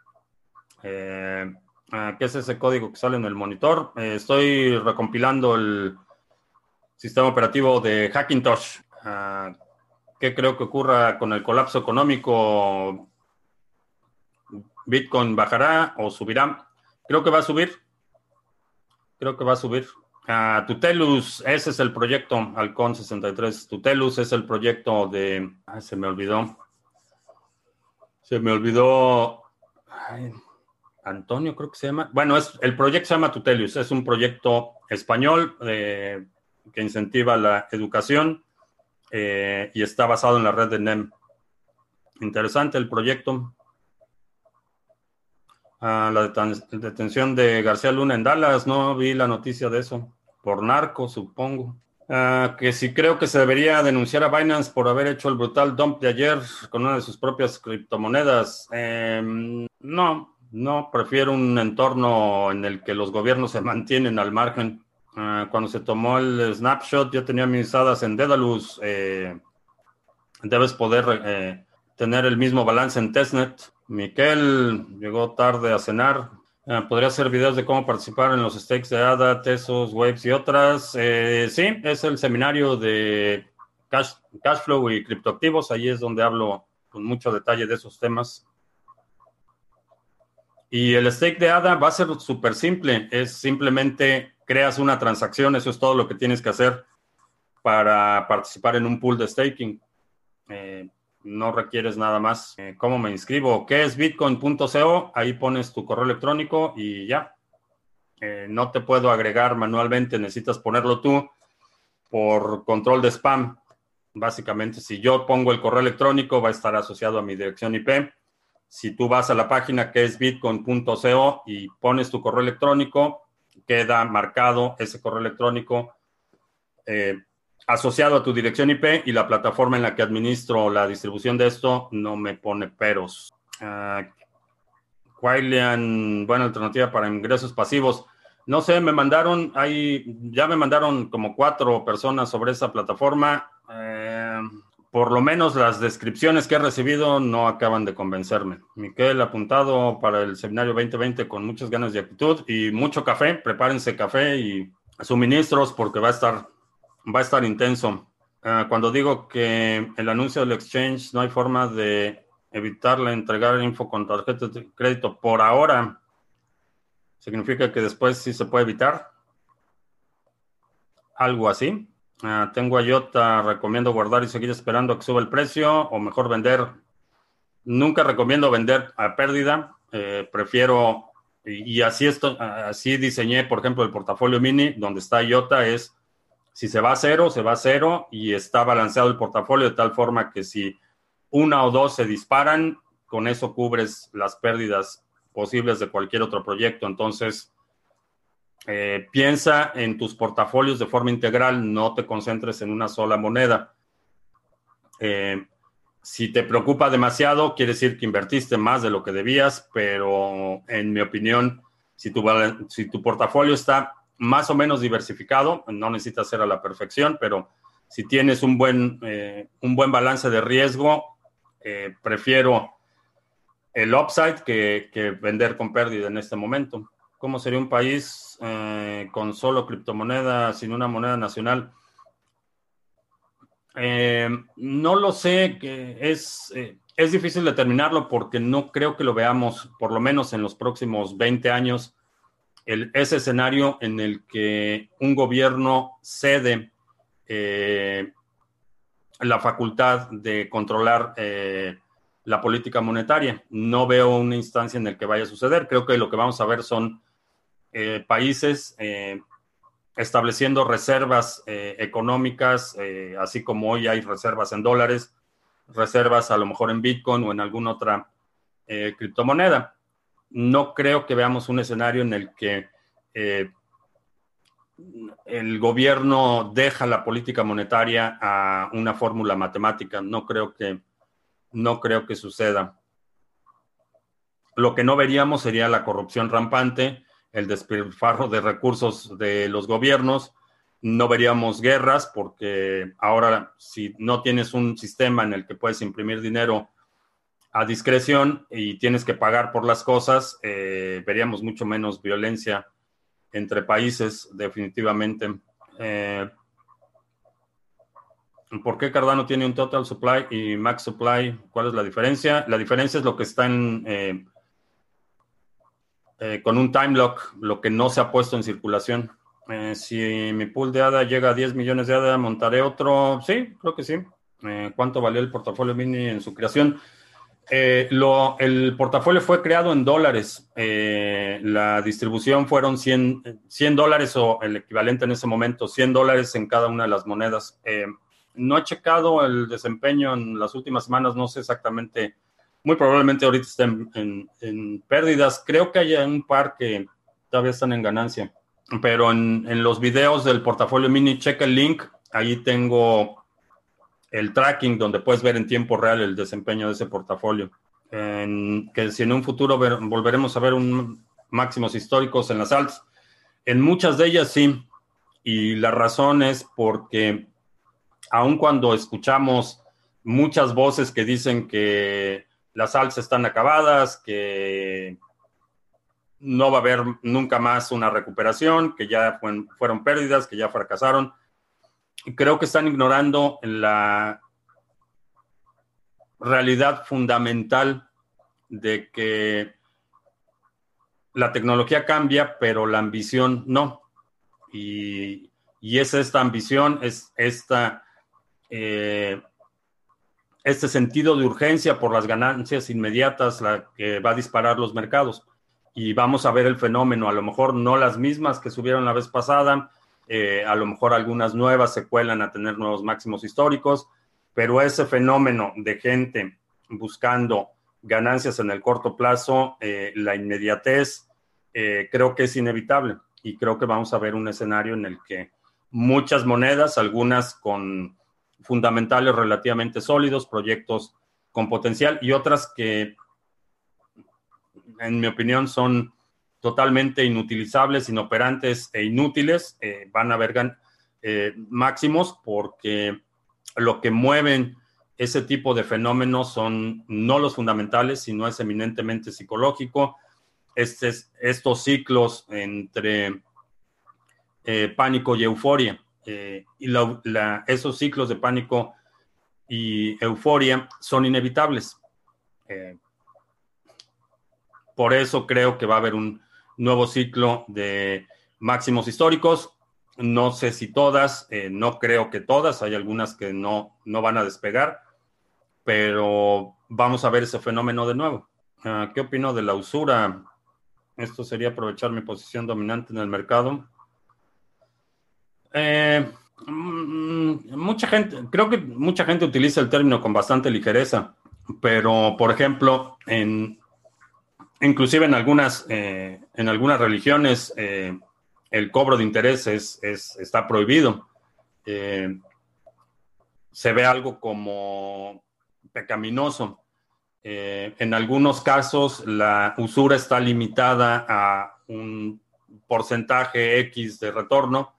¿Qué es ese código que sale en el monitor? Estoy recompilando el sistema operativo de Hackintosh. ¿Qué creo que ocurra con el colapso económico? ¿Bitcoin bajará o subirá? Creo que va a subir. Creo que va a subir. Tutelus, ese es el proyecto, Halcón 63. Tutelus es el proyecto de... se me olvidó. Ay, Antonio, creo que se llama. Bueno, el proyecto se llama Tutelius. Es un proyecto español que incentiva la educación y está basado en la red de NEM. Interesante el proyecto. La detención de García Luna en Dallas, no vi la noticia de eso. Por narco, supongo. Que sí creo que se debería denunciar a Binance por haber hecho el brutal dump de ayer con una de sus propias criptomonedas. No, prefiero un entorno en el que los gobiernos se mantienen al margen. Cuando se tomó el snapshot, yo tenía mis hadas en Dedalus. Debes poder tener el mismo balance en testnet. Miquel llegó tarde a cenar. Podría hacer videos de cómo participar en los stakes de ADA, Tesos, Waves y otras. Sí, es el seminario de Cashflow y criptoactivos. Ahí es donde hablo con mucho detalle de esos temas. Y el stake de ADA va a ser súper simple. Es simplemente creas una transacción. Eso es todo lo que tienes que hacer para participar en un pool de staking. No requieres nada más. ¿Cómo me inscribo? ¿Qué es bitcoin.co? Ahí pones tu correo electrónico y ya. No te puedo agregar manualmente, necesitas ponerlo tú por control de spam. Básicamente, si yo pongo el correo electrónico, va a estar asociado a mi dirección IP. Si tú vas a la página que es bitcoin.co y pones tu correo electrónico, queda marcado ese correo electrónico asociado a tu dirección IP y la plataforma en la que administro la distribución de esto no me pone peros. Quailian, buena alternativa para ingresos pasivos. No sé, ya me mandaron como 4 personas sobre esa plataforma. Por lo menos las descripciones que he recibido no acaban de convencerme. Miquel, apuntado para el seminario 2020 con muchas ganas de actitud y mucho café. Prepárense café y suministros porque va a estar intenso. Cuando digo que el anuncio del exchange no hay forma de evitarle entregar info con tarjeta de crédito por ahora, significa que después sí se puede evitar. Algo así. Tengo a IOTA, recomiendo guardar y seguir esperando a que suba el precio o mejor vender. Nunca recomiendo vender a pérdida. Prefiero, y así diseñé, por ejemplo, el portafolio mini, donde está IOTA, es si se va a cero, se va a cero y está balanceado el portafolio de tal forma que si una o dos se disparan, con eso cubres las pérdidas posibles de cualquier otro proyecto. Entonces, piensa en tus portafolios de forma integral, no te concentres en una sola moneda. Si te preocupa demasiado, quiere decir que invertiste más de lo que debías, pero en mi opinión, si tu portafolio está más o menos diversificado, no necesitas ser a la perfección, pero si tienes un buen balance de riesgo, prefiero el upside que vender con pérdida en este momento. ¿Cómo sería un país con solo criptomoneda, sin una moneda nacional? No lo sé, es difícil determinarlo porque no creo que lo veamos, por lo menos en los próximos 20 años, ese escenario en el que un gobierno cede eh, la facultad de controlar la política monetaria. No veo una instancia en la que vaya a suceder. Creo que lo que vamos a ver son países estableciendo reservas económicas, así como hoy hay reservas en dólares, reservas a lo mejor en Bitcoin o en alguna otra criptomoneda. No creo que veamos un escenario en el que eh, el gobierno deja la política monetaria a una fórmula matemática. No creo que suceda. Lo que no veríamos sería la corrupción rampante, el despilfarro de recursos de los gobiernos. No veríamos guerras porque ahora si no tienes un sistema en el que puedes imprimir dinero a discreción y tienes que pagar por las cosas, veríamos mucho menos violencia entre países, definitivamente. Eh, ¿Por qué Cardano tiene un total supply y max supply? ¿Cuál es la diferencia? La diferencia es lo que está con un time lock, lo que no se ha puesto en circulación. Si mi pool de ADA llega a 10 millones de ADA, ¿montaré otro? Sí, creo que sí. ¿Cuánto valió el portafolio mini en su creación? El portafolio fue creado en dólares. La distribución fueron $100 o el equivalente en ese momento, $100 en cada una de las monedas. No he checado el desempeño en las últimas semanas, no sé exactamente. Muy probablemente ahorita estén en pérdidas. Creo que hay un par que todavía están en ganancia. Pero en los videos del portafolio mini, checa el link. Ahí tengo el tracking donde puedes ver en tiempo real el desempeño de ese portafolio. Que si en un futuro volveremos a ver máximos históricos en las altas. En muchas de ellas sí. Y la razón es porque aun cuando escuchamos muchas voces que dicen que las alzas están acabadas, que no va a haber nunca más una recuperación, que ya fueron pérdidas, que ya fracasaron. Creo que están ignorando la realidad fundamental de que la tecnología cambia, pero la ambición no. Y es esta ambición, es este sentido de urgencia por las ganancias inmediatas la que va a disparar los mercados. Y vamos a ver el fenómeno, a lo mejor no las mismas que subieron la vez pasada, a lo mejor algunas nuevas se cuelan a tener nuevos máximos históricos, pero ese fenómeno de gente buscando ganancias en el corto plazo, la inmediatez, creo que es inevitable y creo que vamos a ver un escenario en el que muchas monedas, algunas con fundamentales relativamente sólidos, proyectos con potencial y otras que, en mi opinión, son totalmente inutilizables, inoperantes e inútiles, van a haber máximos porque lo que mueven ese tipo de fenómenos son no los fundamentales, sino es eminentemente psicológico. Estos ciclos entre pánico y euforia. Esos ciclos de pánico y euforia son inevitables. Eh, por eso creo que va a haber un nuevo ciclo de máximos históricos. No sé si todas, no creo que todas, hay algunas que no van a despegar, pero vamos a ver ese fenómeno de nuevo. ¿Qué opino de la usura? Esto sería aprovechar mi posición dominante en el mercado. Mucha gente, creo que mucha gente utiliza el término con bastante ligereza, pero por ejemplo, inclusive en algunas religiones, el cobro de intereses está prohibido. Eh, Se ve algo como pecaminoso. En algunos casos, la usura está limitada a un porcentaje X de retorno,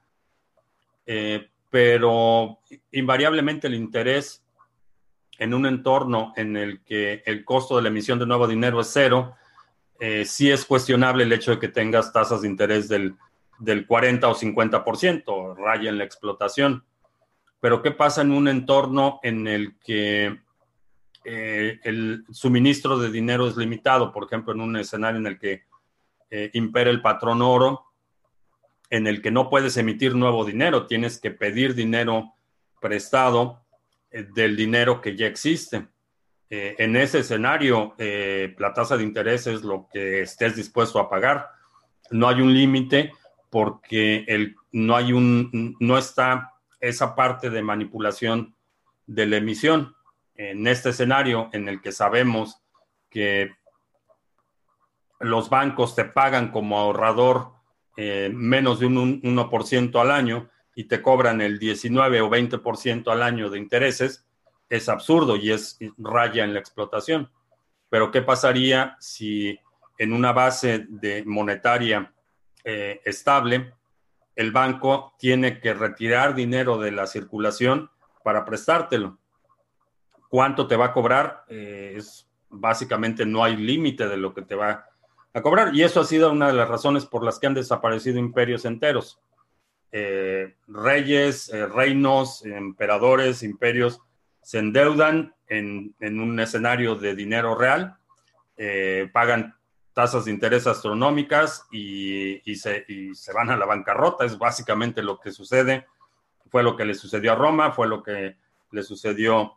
pero invariablemente el interés en un entorno en el que el costo de la emisión de nuevo dinero es cero, sí es cuestionable el hecho de que tengas tasas de interés del 40 o 50%, raya en la explotación. Pero ¿qué pasa en un entorno en el que el suministro de dinero es limitado? Por ejemplo, en un escenario en el que impera el patrón oro, en el que no puedes emitir nuevo dinero, tienes que pedir dinero prestado del dinero que ya existe. En ese escenario, la tasa de interés es lo que estés dispuesto a pagar. No hay un límite porque no está esa parte de manipulación de la emisión. En este escenario en el que sabemos que los bancos te pagan como ahorrador menos de un 1% al año y te cobran el 19 o 20% al año de intereses, es absurdo y es raya en la explotación. Pero ¿qué pasaría si en una base de monetaria estable el banco tiene que retirar dinero de la circulación para prestártelo? ¿Cuánto te va a cobrar? Básicamente no hay límite de lo que te va a cobrar. Y eso ha sido una de las razones por las que han desaparecido imperios enteros. Reyes, reinos, emperadores, imperios se endeudan en un escenario de dinero real, pagan tasas de interés astronómicas y se van a la bancarrota. Es básicamente lo que sucede. Fue lo que le sucedió a Roma, fue lo que le sucedió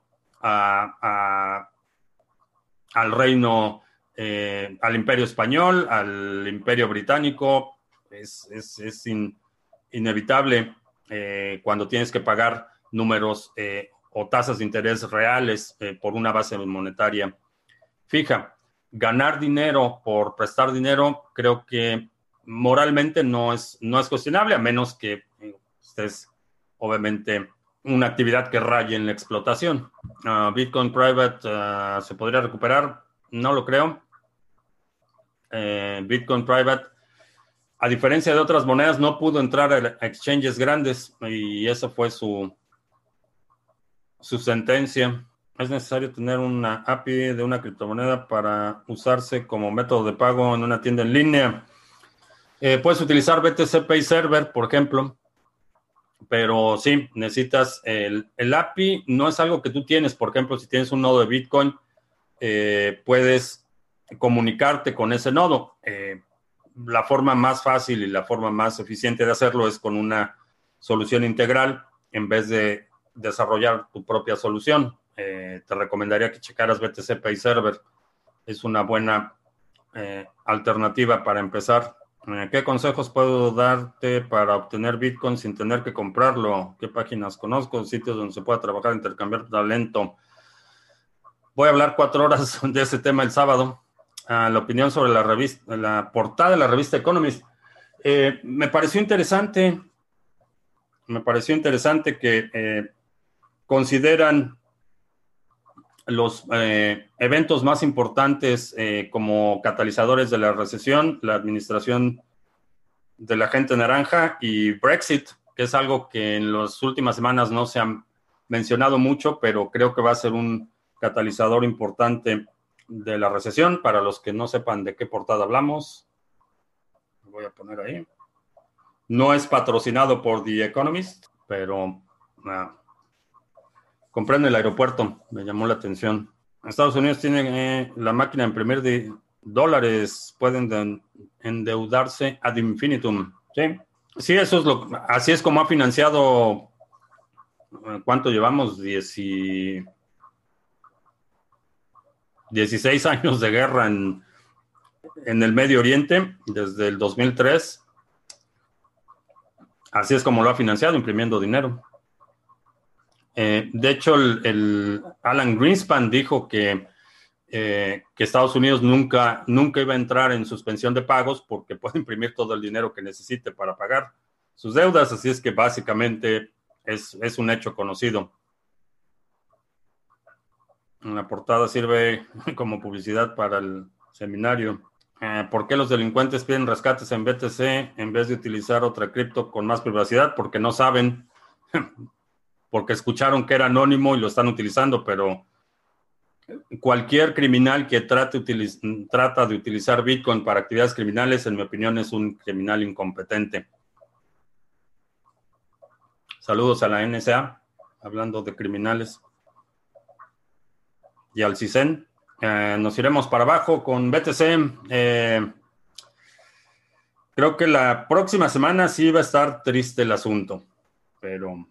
al reino, al imperio español, al imperio británico. Es inevitable cuando tienes que pagar números o tasas de interés reales por una base monetaria fija. Ganar dinero por prestar dinero, creo que moralmente no es cuestionable, a menos que estés, obviamente, una actividad que raye en la explotación. Bitcoin Private se podría recuperar, no lo creo. Bitcoin Private, a diferencia de otras monedas, no pudo entrar a exchanges grandes y esa fue su sentencia. Es necesario tener una API de una criptomoneda para usarse como método de pago en una tienda en línea. Puedes utilizar BTC Pay Server, por ejemplo, pero sí, necesitas el API. No es algo que tú tienes. Por ejemplo, si tienes un nodo de Bitcoin, puedes comunicarte con ese nodo. La forma más fácil y la forma más eficiente de hacerlo es con una solución integral en vez de desarrollar tu propia solución. Te recomendaría que checaras BTC Pay Server. Es una buena alternativa para empezar. ¿Qué consejos puedo darte para obtener Bitcoin sin tener que comprarlo? ¿Qué páginas conozco? Sitios donde se pueda trabajar, intercambiar talento. Voy a hablar 4 horas de ese tema el sábado. La opinión sobre la revista, la portada de la revista Economist. Me pareció interesante. Me pareció interesante que consideran los eventos más importantes como catalizadores de la recesión, la administración de la gente naranja y Brexit, que es algo que en las últimas semanas no se han mencionado mucho, pero creo que va a ser un catalizador importante de la recesión. Para los que no sepan de qué portada hablamos, voy a poner ahí. No es patrocinado por The Economist, pero compré en el aeropuerto, me llamó la atención. Estados Unidos tiene la máquina de imprimir de dólares, pueden endeudarse ad infinitum. Sí, Sí, así es como ha financiado. ¿Cuánto llevamos? 16 años de guerra en el Medio Oriente, desde el 2003. Así es como lo ha financiado, imprimiendo dinero. De hecho, el Alan Greenspan dijo que Estados Unidos nunca iba a entrar en suspensión de pagos porque puede imprimir todo el dinero que necesite para pagar sus deudas. Así es que básicamente es un hecho conocido. La portada sirve como publicidad para el seminario. ¿Por qué los delincuentes piden rescates en BTC en vez de utilizar otra cripto con más privacidad? Porque no saben, porque escucharon que era anónimo y lo están utilizando, pero cualquier criminal que trata de utilizar Bitcoin para actividades criminales, en mi opinión, es un criminal incompetente. Saludos a la NSA, hablando de criminales. Y al CISEN. Nos iremos para abajo con BTC. Creo que la próxima semana sí va a estar triste el asunto, pero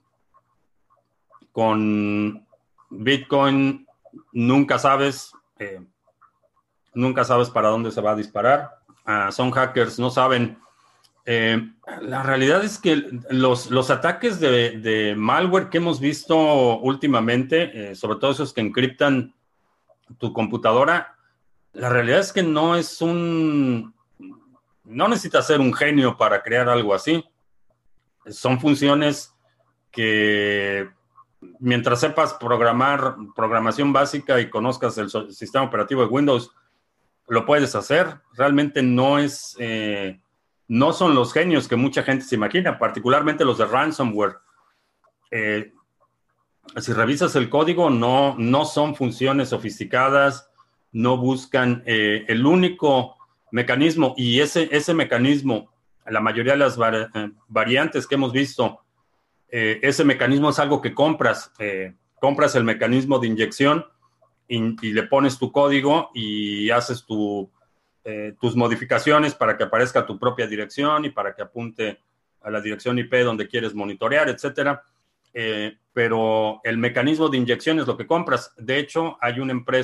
con Bitcoin nunca sabes, nunca sabes para dónde se va a disparar. Son hackers, no saben. La realidad es que los ataques de malware que hemos visto últimamente, sobre todo esos que encriptan tu computadora, la realidad es que no necesitas ser un genio para crear algo así. Son funciones que mientras sepas programación básica y conozcas el sistema operativo de Windows, lo puedes hacer. Realmente no son los genios que mucha gente se imagina, particularmente los de ransomware. Eh, si revisas el código, no son funciones sofisticadas, no buscan el único mecanismo, y ese mecanismo, la mayoría de las variantes que hemos visto, ese mecanismo es algo que compras. Compras el mecanismo de inyección y le pones tu código y haces tus modificaciones para que aparezca tu propia dirección y para que apunte a la dirección IP donde quieres monitorear, etcétera. Pero el mecanismo de inyección es lo que compras. De hecho, hay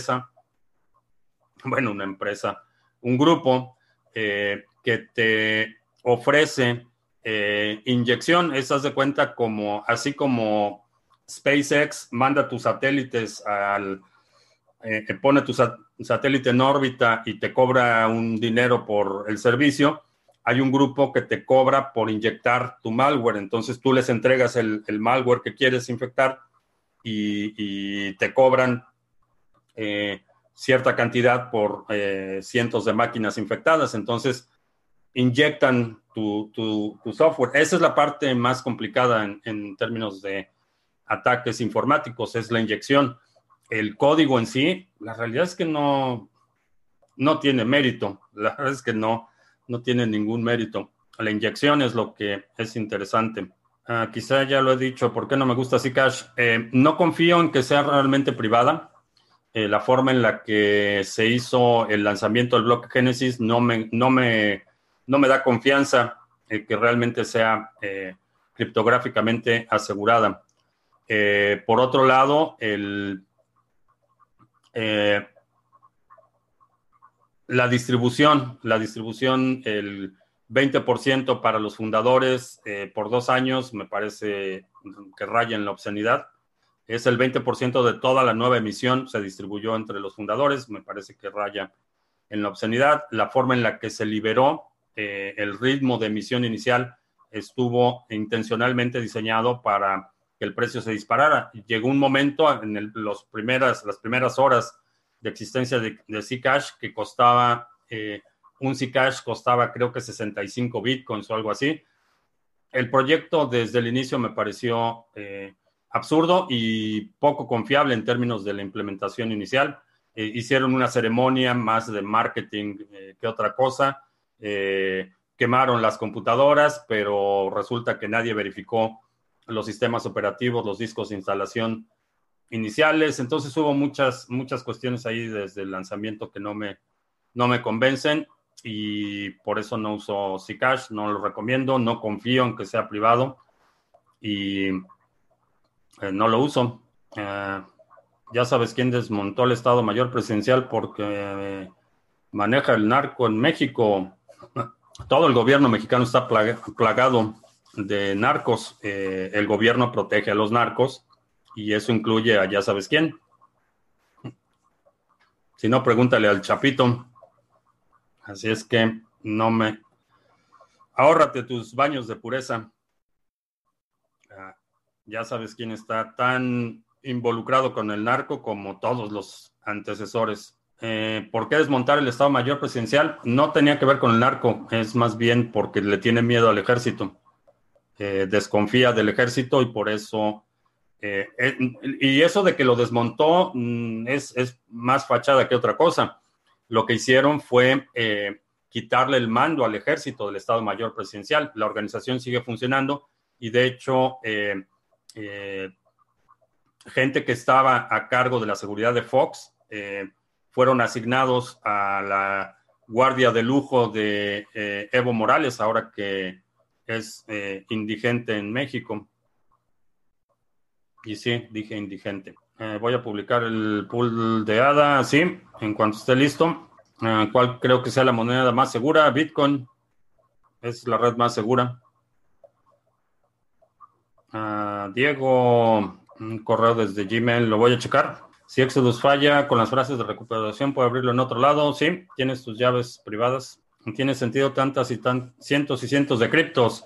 un grupo que te ofrece inyección. Haz de cuenta así como SpaceX manda tus satélites pone tu satélite en órbita y te cobra un dinero por el servicio. Hay un grupo que te cobra por inyectar tu malware. Entonces tú les entregas el malware que quieres infectar y te cobran cierta cantidad por cientos de máquinas infectadas. Entonces inyectan tu software. Esa es la parte más complicada en términos de ataques informáticos, es la inyección. El código en sí, la realidad es que no tiene mérito. La verdad es que no tiene ningún mérito. La inyección es lo que es interesante. Quizá ya lo he dicho, ¿por qué no me gusta Zcash? No confío en que sea realmente privada. La forma en la que se hizo el lanzamiento del bloque Génesis no me da confianza que realmente sea criptográficamente asegurada. Por otro lado, eh, la distribución, el 20% para los fundadores por 2 años, me parece que raya en la obscenidad. Es el 20% de toda la nueva emisión, se distribuyó entre los fundadores, me parece que raya en la obscenidad. La forma en la que se liberó el ritmo de emisión inicial estuvo intencionalmente diseñado para que el precio se disparara. Llegó un momento en las primeras horas de existencia de Zcash que un Zcash costaba creo que 65 bitcoins o algo así. El proyecto desde el inicio me pareció absurdo y poco confiable en términos de la implementación inicial. Hicieron una ceremonia más de marketing que otra cosa. Quemaron las computadoras, pero resulta que nadie verificó los sistemas operativos, los discos de instalación iniciales. Entonces hubo muchas cuestiones ahí desde el lanzamiento que no me convencen. y por eso no uso Zcash, no lo recomiendo, no confío en que sea privado y no lo uso. Ya sabes quién desmontó el Estado Mayor Presidencial porque maneja el narco en México. Todo el gobierno mexicano está plagado de narcos. El gobierno protege a los narcos y eso incluye a ya sabes quién. Si no, pregúntale al Chapito. Así es que no me... Ahórrate tus baños de pureza. Ya sabes quién está tan involucrado con el narco como todos los antecesores. ¿Por qué desmontar el Estado Mayor Presidencial? No tenía que ver con el narco, es más bien porque le tiene miedo al ejército. Desconfía del ejército y por eso... y eso de que lo desmontó es más fachada que otra cosa. Lo que hicieron fue quitarle el mando al ejército del Estado Mayor Presidencial. La organización sigue funcionando y de hecho eh, gente que estaba a cargo de la seguridad de Fox fueron asignados a la guardia de lujo de Evo Morales, ahora que es indigente en México. Y sí, dije indigente. Voy a publicar el pool de ADA, sí, en cuanto esté listo. ¿Cuál creo que sea la moneda más segura? Bitcoin es la red más segura. Diego, un correo desde Gmail, lo voy a checar. Si Exodus falla con las frases de recuperación, puede abrirlo en otro lado. Sí, tienes tus llaves privadas. ¿Tiene sentido tantas cientos y cientos de criptos?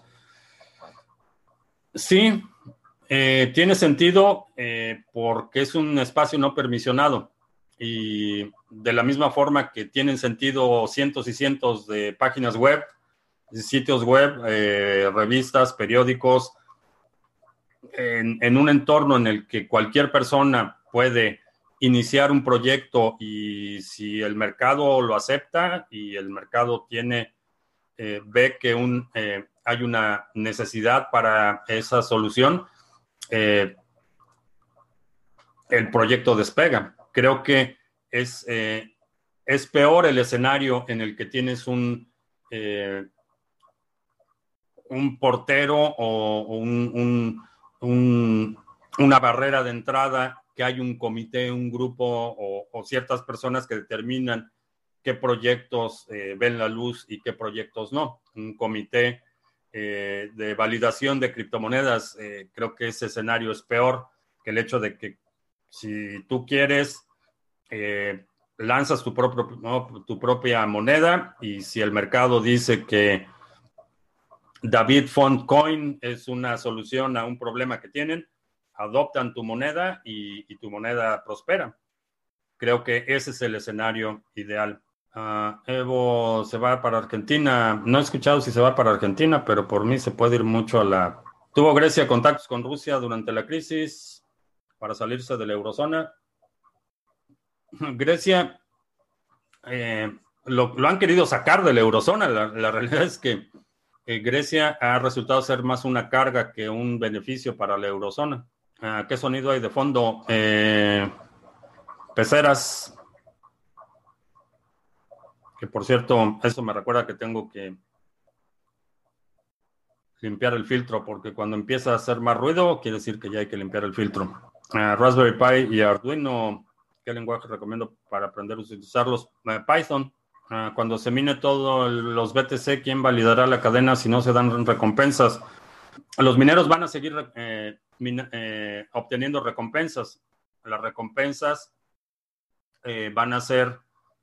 Sí, tiene sentido porque es un espacio no permisionado. Y de la misma forma que tienen sentido cientos y cientos de páginas web, sitios web, revistas, periódicos, en un entorno en el que cualquier persona puede iniciar un proyecto y si el mercado lo acepta y el mercado ve que hay una necesidad para esa solución, eh, el proyecto despega. Creo que es peor el escenario en el que tienes un portero o una barrera de entrada, que hay un comité, un grupo o ciertas personas que determinan qué proyectos ven la luz y qué proyectos no. Un comité de validación de criptomonedas, creo que ese escenario es peor que el hecho de que si tú quieres, lanzas tu propia moneda y si el mercado dice que David Font Coin es una solución a un problema que tienen, adoptan tu moneda y tu moneda prospera. Creo que ese es el escenario ideal. Evo se va para Argentina. No he escuchado si se va para Argentina, pero por mí se puede ir mucho a la... ¿Tuvo Grecia contactos con Rusia durante la crisis para salirse de la eurozona? Grecia lo han querido sacar de la eurozona. La realidad es que Grecia ha resultado ser más una carga que un beneficio para la eurozona. ¿Qué sonido hay de fondo? Peceras, que por cierto, eso me recuerda que tengo que limpiar el filtro, porque cuando empieza a hacer más ruido, quiere decir que ya hay que limpiar el filtro. Raspberry Pi y Arduino, ¿qué lenguaje recomiendo para aprender a utilizarlos? Python. Cuando se mine todos los BTC, ¿quién validará la cadena si no se dan recompensas? Los mineros van a seguir obteniendo recompensas. Las recompensas van a ser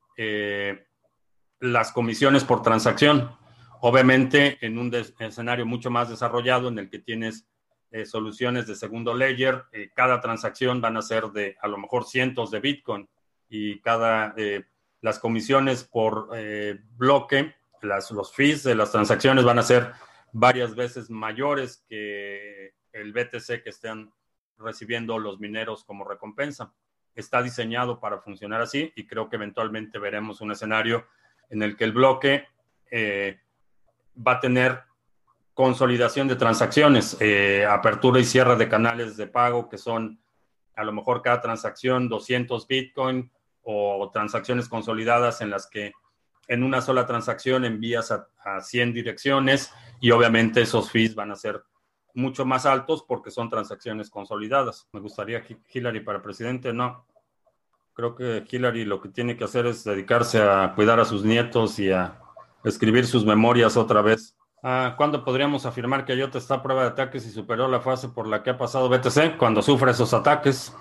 las comisiones por transacción. Obviamente, en un escenario mucho más desarrollado en el que tienes soluciones de segundo layer, cada transacción van a ser de a lo mejor cientos de Bitcoin y las comisiones por bloque, los fees de las transacciones van a ser varias veces mayores que el BTC que estén recibiendo los mineros como recompensa. Está diseñado para funcionar así y creo que eventualmente veremos un escenario en el que el bloque va a tener consolidación de transacciones, apertura y cierre de canales de pago que son a lo mejor cada transacción 200 Bitcoin o transacciones consolidadas en las que en una sola transacción envías a 100 direcciones y obviamente esos fees van a ser mucho más altos porque son transacciones consolidadas. Me gustaría Hillary para presidente, no. Creo que Hillary lo que tiene que hacer es dedicarse a cuidar a sus nietos y a escribir sus memorias otra vez. ¿Cuándo podríamos afirmar que IOTA está a prueba de ataques y superó la fase por la que ha pasado BTC? Cuando sufre esos ataques.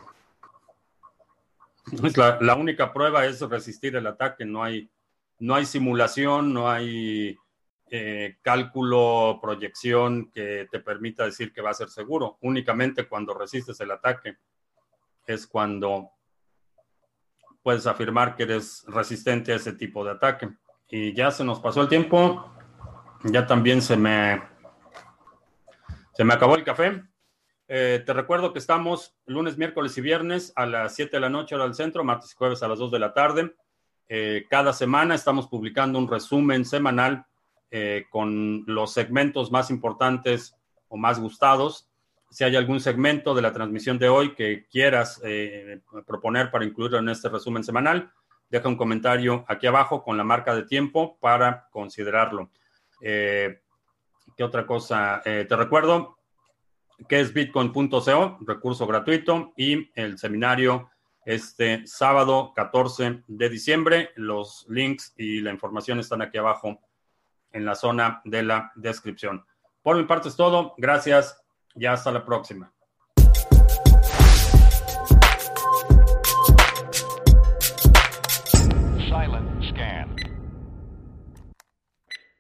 La única prueba es resistir el ataque. No hay simulación, no hay cálculo, proyección que te permita decir que va a ser seguro. Únicamente cuando resistes el ataque es cuando puedes afirmar que eres resistente a ese tipo de ataque. Y ya se nos pasó el tiempo. Ya también se me acabó el café. Te recuerdo que estamos lunes, miércoles y viernes a las 7 de la noche hora del centro, martes y jueves a las 2 de la tarde. Cada semana estamos publicando un resumen semanal con los segmentos más importantes o más gustados. Si hay algún segmento de la transmisión de hoy que quieras proponer para incluirlo en este resumen semanal, deja un comentario aquí abajo con la marca de tiempo para considerarlo. ¿Qué otra cosa? Te recuerdo que es bitcoin.co, recurso gratuito, y el seminario este sábado 14 de diciembre. Los links y la información están aquí abajo en la zona de la descripción. Por mi parte es todo. Gracias y hasta la próxima.